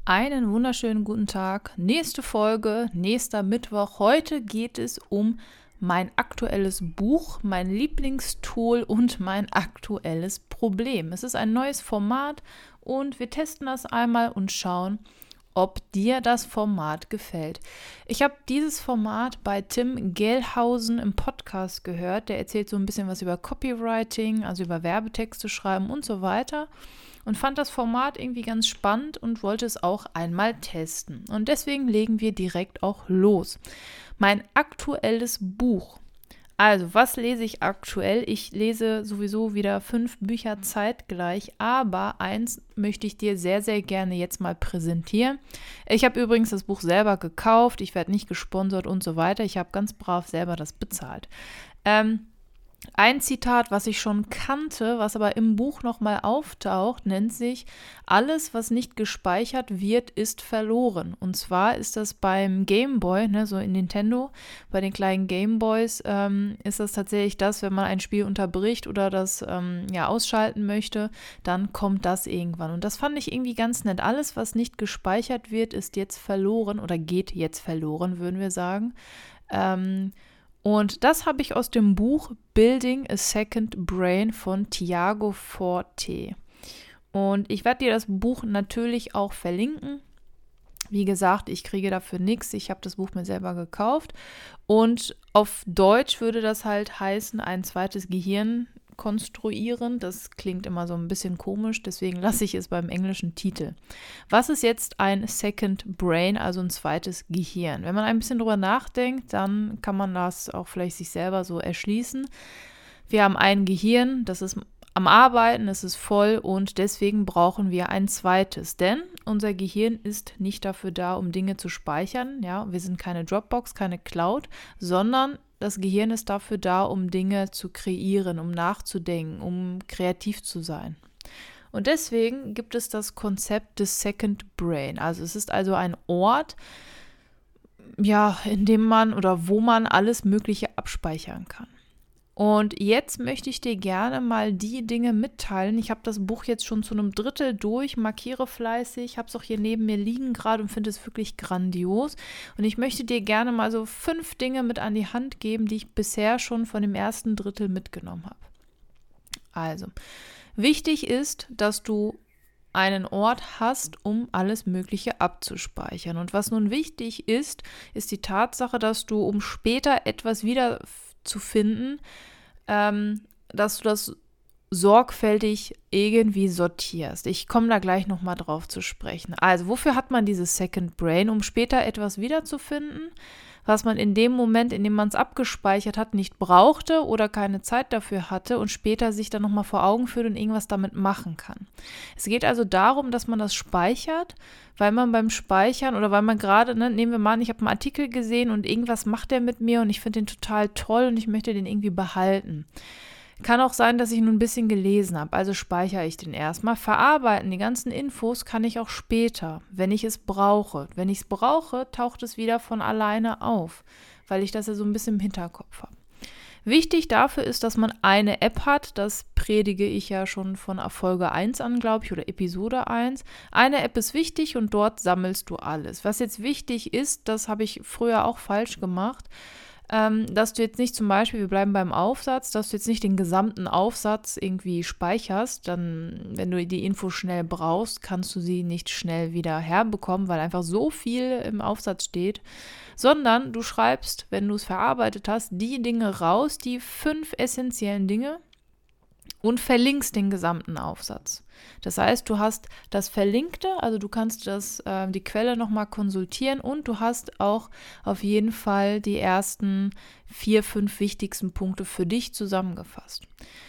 Einen wunderschönen guten Tag. Nächste Folge, nächster Mittwoch. Heute geht es um mein aktuelles Buch, mein Lieblingstool und mein aktuelles Problem. Es ist ein neues Format und wir testen das einmal und schauen, ob dir das Format gefällt. Ich habe dieses Format bei Tim Gehlhausen im Podcast gehört. Der erzählt so ein bisschen was über Copywriting, also über Werbetexte schreiben und so weiter. Und fand das Format irgendwie ganz spannend und wollte es auch einmal testen. Und deswegen legen wir direkt auch los. Mein aktuelles Buch. Also, was lese ich aktuell? Ich lese sowieso wieder 5 Bücher zeitgleich, aber eins möchte ich dir sehr, sehr gerne jetzt mal präsentieren. Ich habe übrigens das Buch selber gekauft, ich werde nicht gesponsert und so weiter. Ich habe ganz brav selber das bezahlt. Ein Zitat, was ich schon kannte, was aber im Buch nochmal auftaucht, nennt sich: Alles, was nicht gespeichert wird, ist verloren. Und zwar ist das beim Game Boy, so in Nintendo, bei den kleinen Game Boys, ist das tatsächlich das, wenn man ein Spiel unterbricht oder das ausschalten möchte, dann kommt das irgendwann. Und das fand ich irgendwie ganz nett. Alles, was nicht gespeichert wird, ist jetzt verloren oder geht jetzt verloren, würden wir sagen. Und das habe ich aus dem Buch Building a Second Brain von Tiago Forte. Und ich werde dir das Buch natürlich auch verlinken. Wie gesagt, ich kriege dafür nichts. Ich habe das Buch mir selber gekauft. Und auf Deutsch würde das halt heißen, ein zweites Gehirn konstruieren. Das klingt immer so ein bisschen komisch, deswegen lasse ich es beim englischen Titel. Was ist jetzt ein Second Brain, also ein zweites Gehirn? Wenn man ein bisschen drüber nachdenkt, dann kann man das auch vielleicht sich selber so erschließen. Wir haben ein Gehirn, das ist am Arbeiten, es ist voll und deswegen brauchen wir ein zweites, denn unser Gehirn ist nicht dafür da, um Dinge zu speichern. Ja, wir sind keine Dropbox, keine Cloud, sondern das Gehirn ist dafür da, um Dinge zu kreieren, um nachzudenken, um kreativ zu sein. Und deswegen gibt es das Konzept des Second Brain. Also es ist also ein Ort, in dem man oder wo man alles Mögliche abspeichern kann. Und jetzt möchte ich dir gerne mal die Dinge mitteilen. Ich habe das Buch jetzt schon zu einem Drittel durch, markiere fleißig, habe es auch hier neben mir liegen gerade und finde es wirklich grandios. Und ich möchte dir gerne mal so 5 Dinge mit an die Hand geben, die ich bisher schon von dem ersten Drittel mitgenommen habe. Also, wichtig ist, dass du einen Ort hast, um alles Mögliche abzuspeichern. Und was nun wichtig ist, ist die Tatsache, dass du, um später etwas wieder zu finden, dass du das sorgfältig irgendwie sortierst. Ich komme da gleich nochmal drauf zu sprechen. Also, wofür hat man dieses Second Brain? Um später etwas wiederzufinden, was man in dem Moment, in dem man es abgespeichert hat, nicht brauchte oder keine Zeit dafür hatte und später sich dann nochmal vor Augen führt und irgendwas damit machen kann. Es geht also darum, dass man das speichert, weil man beim Speichern oder weil man gerade, nehmen wir mal an, ich habe einen Artikel gesehen und irgendwas macht der mit mir und ich finde den total toll und ich möchte den irgendwie behalten. Kann auch sein, dass ich nur ein bisschen gelesen habe, also speichere ich den erstmal. Verarbeiten, die ganzen Infos kann ich auch später, wenn ich es brauche. Wenn ich es brauche, taucht es wieder von alleine auf, weil ich das ja so ein bisschen im Hinterkopf habe. Wichtig dafür ist, dass man eine App hat, das predige ich ja schon von Folge 1 an, glaube ich, oder Episode 1. Eine App ist wichtig und dort sammelst du alles. Was jetzt wichtig ist, das habe ich früher auch falsch gemacht, dass du jetzt nicht zum Beispiel, wir bleiben beim Aufsatz, dass du jetzt nicht den gesamten Aufsatz irgendwie speicherst, dann, wenn du die Info schnell brauchst, kannst du sie nicht schnell wieder herbekommen, weil einfach so viel im Aufsatz steht, sondern du schreibst, wenn du es verarbeitet hast, die Dinge raus, die 5 essentiellen Dinge und verlinkst den gesamten Aufsatz. Das heißt, du hast das Verlinkte, also du kannst die Quelle nochmal konsultieren und du hast auch auf jeden Fall die ersten 4, 5 wichtigsten Punkte für dich zusammengefasst.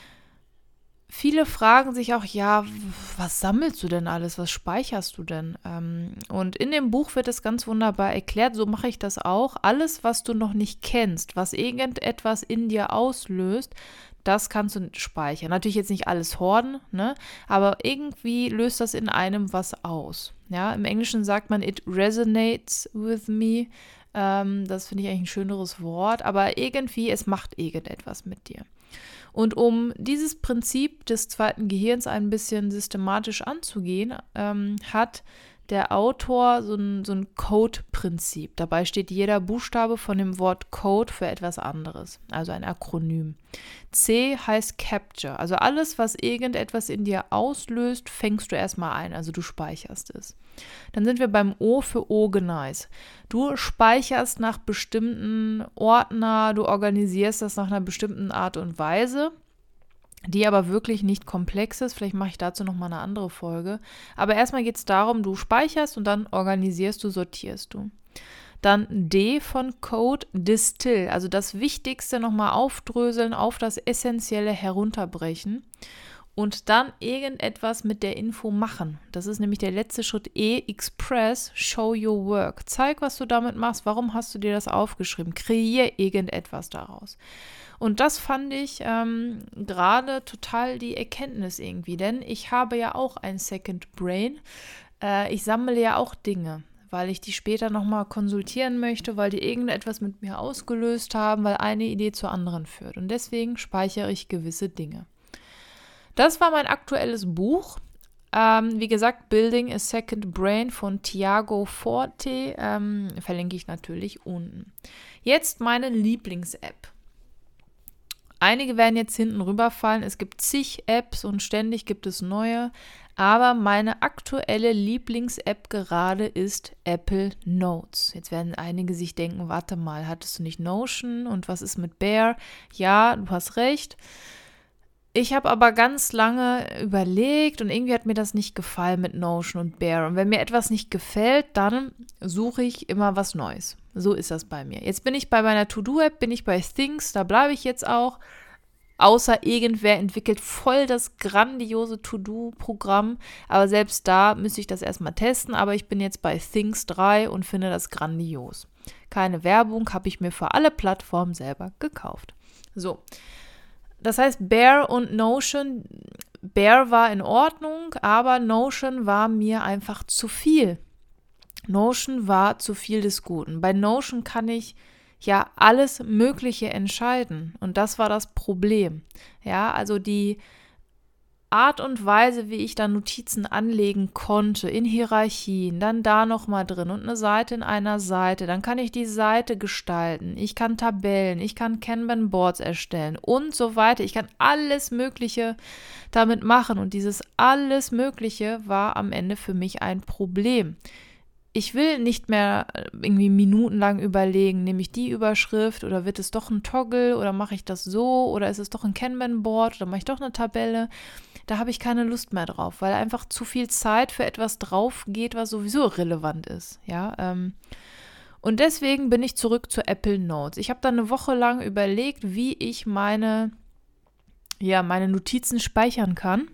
Viele fragen sich auch, was sammelst du denn alles, was speicherst du denn? Und in dem Buch wird es ganz wunderbar erklärt, so mache ich das auch. Alles, was du noch nicht kennst, was irgendetwas in dir auslöst, das kannst du speichern. Natürlich jetzt nicht alles horden, aber irgendwie löst das in einem was aus. Ja, im Englischen sagt man, it resonates with me. Das finde ich eigentlich ein schöneres Wort, aber irgendwie, es macht irgendetwas mit dir. Und um dieses Prinzip des zweiten Gehirns ein bisschen systematisch anzugehen, hat der Autor so ein Code-Prinzip. Dabei steht jeder Buchstabe von dem Wort Code für etwas anderes, also ein Akronym. C heißt Capture, also alles, was irgendetwas in dir auslöst, fängst du erstmal ein, also du speicherst es. Dann sind wir beim O für Organize. Du speicherst nach bestimmten Ordner, du organisierst das nach einer bestimmten Art und Weise, die aber wirklich nicht komplex ist. Vielleicht mache ich dazu nochmal eine andere Folge. Aber erstmal geht es darum, du speicherst und dann organisierst du, sortierst du. Dann D von Code, Distill, also das Wichtigste nochmal aufdröseln, auf das Essentielle herunterbrechen und dann irgendetwas mit der Info machen. Das ist nämlich der letzte Schritt. E, Express, Show your work. Zeig, was du damit machst. Warum hast du dir das aufgeschrieben? Kreier irgendetwas daraus. Und das fand ich gerade total die Erkenntnis irgendwie, denn ich habe ja auch ein Second Brain. Ich sammle ja auch Dinge, weil ich die später nochmal konsultieren möchte, weil die irgendetwas mit mir ausgelöst haben, weil eine Idee zur anderen führt. Und deswegen speichere ich gewisse Dinge. Das war mein aktuelles Buch. Wie gesagt, Building a Second Brain von Tiago Forte. Verlinke ich natürlich unten. Jetzt meine Lieblings-App. Einige werden jetzt hinten rüberfallen. Es gibt zig Apps und ständig gibt es neue. Aber meine aktuelle Lieblings-App gerade ist Apple Notes. Jetzt werden einige sich denken, warte mal, hattest du nicht Notion und was ist mit Bear? Ja, du hast recht. Ich habe aber ganz lange überlegt und irgendwie hat mir das nicht gefallen mit Notion und Bear. Und wenn mir etwas nicht gefällt, dann suche ich immer was Neues. So ist das bei mir. Jetzt bin ich bei meiner To-Do-App, bin ich bei Things, da bleibe ich jetzt auch. Außer irgendwer entwickelt voll das grandiose To-Do-Programm. Aber selbst da müsste ich das erstmal testen. Aber ich bin jetzt bei Things 3 und finde das grandios. Keine Werbung, habe ich mir für alle Plattformen selber gekauft. So. Das heißt, Bear und Notion, Bear war in Ordnung, aber Notion war mir einfach zu viel. Notion war zu viel des Guten. Bei Notion kann ich ja alles Mögliche entscheiden und das war das Problem. Ja, also die Art und Weise, wie ich da Notizen anlegen konnte, in Hierarchien, dann da nochmal drin und eine Seite in einer Seite, dann kann ich die Seite gestalten, ich kann Tabellen, ich kann Kanban-Boards erstellen und so weiter. Ich kann alles Mögliche damit machen und dieses alles Mögliche war am Ende für mich ein Problem. Ich will nicht mehr irgendwie minutenlang überlegen, nehme ich die Überschrift oder wird es doch ein Toggle oder mache ich das so oder ist es doch ein Kanban-Board oder mache ich doch eine Tabelle. Da habe ich keine Lust mehr drauf, weil einfach zu viel Zeit für etwas drauf geht, was sowieso relevant ist. Ja, und deswegen bin ich zurück zu Apple Notes. Ich habe dann eine Woche lang überlegt, wie ich meine Notizen speichern kann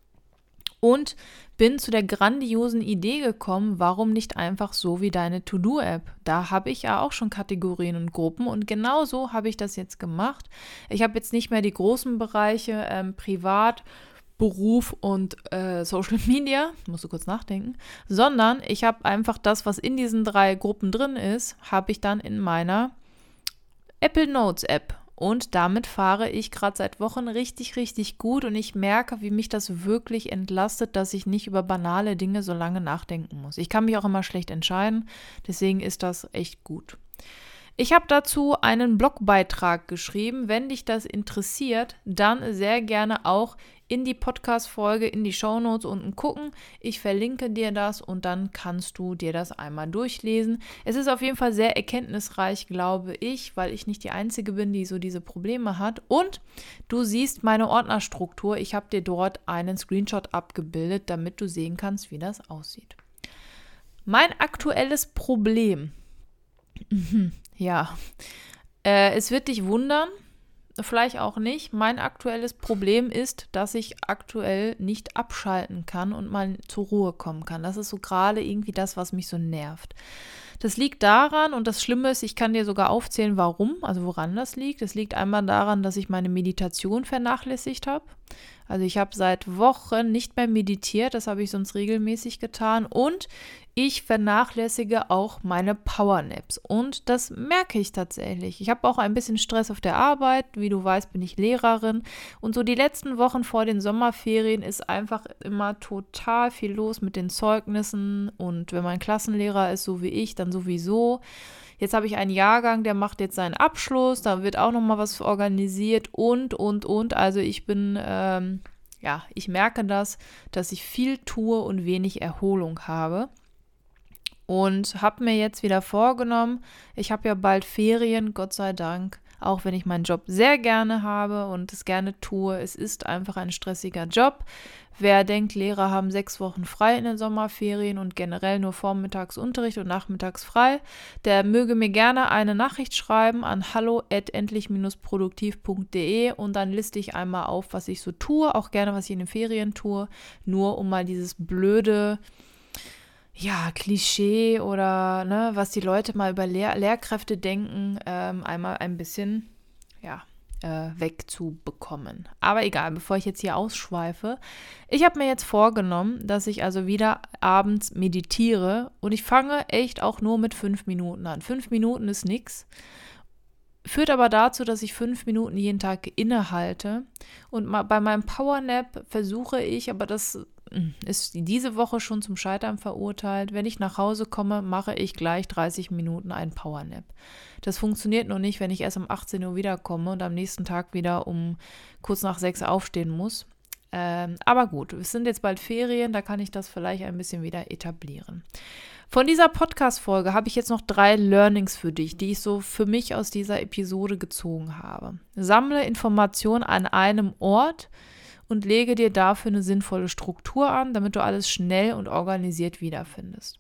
und bin zu der grandiosen Idee gekommen, warum nicht einfach so wie deine To-Do-App. Da habe ich ja auch schon Kategorien und Gruppen und genau so habe ich das jetzt gemacht. Ich habe jetzt nicht mehr die großen Bereiche Privat, Beruf und Social Media, musst du kurz nachdenken, sondern ich habe einfach das, was in diesen 3 Gruppen drin ist, habe ich dann in meiner Apple Notes App und damit fahre ich gerade seit Wochen richtig, richtig gut und ich merke, wie mich das wirklich entlastet, dass ich nicht über banale Dinge so lange nachdenken muss. Ich kann mich auch immer schlecht entscheiden, deswegen ist das echt gut. Ich habe dazu einen Blogbeitrag geschrieben. Wenn dich das interessiert, dann sehr gerne auch in die Podcast-Folge, in die Shownotes unten gucken. Ich verlinke dir das und dann kannst du dir das einmal durchlesen. Es ist auf jeden Fall sehr erkenntnisreich, glaube ich, weil ich nicht die Einzige bin, die so diese Probleme hat. Und du siehst meine Ordnerstruktur. Ich habe dir dort einen Screenshot abgebildet, damit du sehen kannst, wie das aussieht. Mein aktuelles Problem. Ja, es wird dich wundern, vielleicht auch nicht. Mein aktuelles Problem ist, dass ich aktuell nicht abschalten kann und mal zur Ruhe kommen kann. Das ist so gerade irgendwie das, was mich so nervt. Das liegt daran, und das Schlimme ist, ich kann dir sogar aufzählen, warum, also woran das liegt. Es liegt einmal daran, dass ich meine Meditation vernachlässigt habe. Also ich habe seit Wochen nicht mehr meditiert, das habe ich sonst regelmäßig getan und ich vernachlässige auch meine Powernaps und das merke ich tatsächlich. Ich habe auch ein bisschen Stress auf der Arbeit, wie du weißt, bin ich Lehrerin und so die letzten Wochen vor den Sommerferien ist einfach immer total viel los mit den Zeugnissen und wenn man Klassenlehrer ist, so wie ich, dann sowieso. Jetzt habe ich einen Jahrgang, der macht jetzt seinen Abschluss, da wird auch nochmal was organisiert und. Also ich bin, ich merke das, dass ich viel tue und wenig Erholung habe. Und habe mir jetzt wieder vorgenommen, ich habe ja bald Ferien, Gott sei Dank, auch wenn ich meinen Job sehr gerne habe und es gerne tue. Es ist einfach ein stressiger Job. Wer denkt, Lehrer haben 6 Wochen frei in den Sommerferien und generell nur vormittags Unterricht und nachmittags frei, der möge mir gerne eine Nachricht schreiben an hallo@endlich-produktiv.de und dann liste ich einmal auf, was ich so tue, auch gerne, was ich in den Ferien tue, nur um mal dieses blöde Klischee oder was die Leute mal über Lehrkräfte denken, einmal ein bisschen wegzubekommen. Aber egal, bevor ich jetzt hier ausschweife, ich habe mir jetzt vorgenommen, dass ich also wieder abends meditiere und ich fange echt auch nur mit 5 Minuten an. 5 Minuten ist nix, führt aber dazu, dass ich 5 Minuten jeden Tag innehalte und bei meinem Powernap versuche ich, aber das ist diese Woche schon zum Scheitern verurteilt. Wenn ich nach Hause komme, mache ich gleich 30 Minuten einen Powernap. Das funktioniert nur nicht, wenn ich erst um 18 Uhr wiederkomme und am nächsten Tag wieder um kurz nach 6 aufstehen muss. Aber gut, es sind jetzt bald Ferien, da kann ich das vielleicht ein bisschen wieder etablieren. Von dieser Podcast-Folge habe ich jetzt noch 3 Learnings für dich, die ich so für mich aus dieser Episode gezogen habe. Sammle Informationen an einem Ort und lege dir dafür eine sinnvolle Struktur an, damit du alles schnell und organisiert wiederfindest.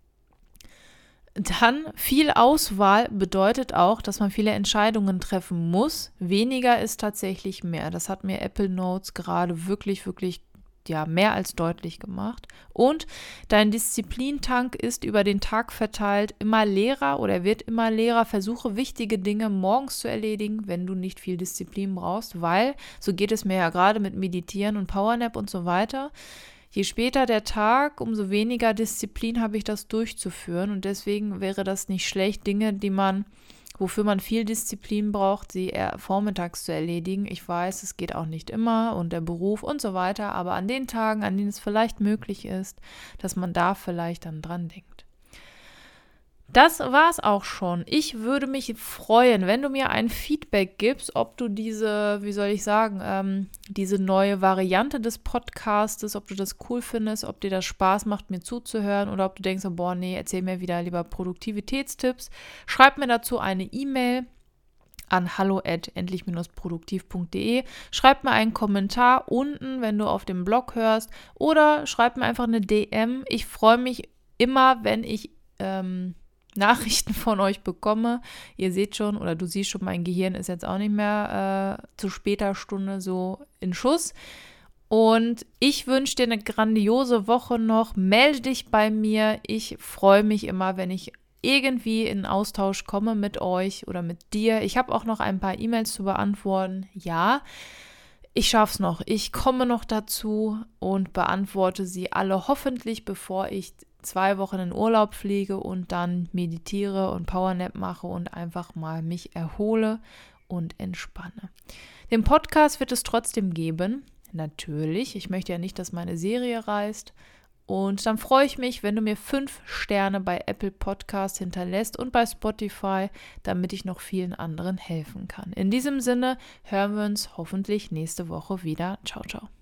Dann viel Auswahl bedeutet auch, dass man viele Entscheidungen treffen muss. Weniger ist tatsächlich mehr. Das hat mir Apple Notes gerade wirklich mehr als deutlich gemacht. Und dein Disziplintank ist über den Tag verteilt immer leerer oder wird immer leerer. Versuche wichtige Dinge morgens zu erledigen, wenn du nicht viel Disziplin brauchst, weil, so geht es mir ja gerade mit Meditieren und Powernap und so weiter, je später der Tag, umso weniger Disziplin habe ich, das durchzuführen und deswegen wäre das nicht schlecht, Dinge, wofür man viel Disziplin braucht, sie eher vormittags zu erledigen. Ich weiß, es geht auch nicht immer und der Beruf und so weiter, aber an den Tagen, an denen es vielleicht möglich ist, dass man da vielleicht dann dran denkt. Das war's auch schon. Ich würde mich freuen, wenn du mir ein Feedback gibst, ob du diese neue Variante des Podcastes, ob du das cool findest, ob dir das Spaß macht, mir zuzuhören oder ob du denkst, erzähl mir wieder lieber Produktivitätstipps. Schreib mir dazu eine E-Mail an hallo@endlich-produktiv.de. Schreib mir einen Kommentar unten, wenn du auf dem Blog hörst oder schreib mir einfach eine DM. Ich freue mich immer, wenn ich Nachrichten von euch bekomme. Ihr seht schon oder du siehst schon, mein Gehirn ist jetzt auch nicht mehr zu später Stunde so in Schuss. Und ich wünsche dir eine grandiose Woche noch. Melde dich bei mir. Ich freue mich immer, wenn ich irgendwie in Austausch komme mit euch oder mit dir. Ich habe auch noch ein paar E-Mails zu beantworten. Ja, ich schaffe es noch. Ich komme noch dazu und beantworte sie alle hoffentlich, bevor ich 2 Wochen in Urlaub fliege und dann meditiere und Powernap mache und einfach mal mich erhole und entspanne. Den Podcast wird es trotzdem geben, natürlich. Ich möchte ja nicht, dass meine Serie reißt. Und dann freue ich mich, wenn du mir 5 Sterne bei Apple Podcast hinterlässt und bei Spotify, damit ich noch vielen anderen helfen kann. In diesem Sinne hören wir uns hoffentlich nächste Woche wieder. Ciao, ciao.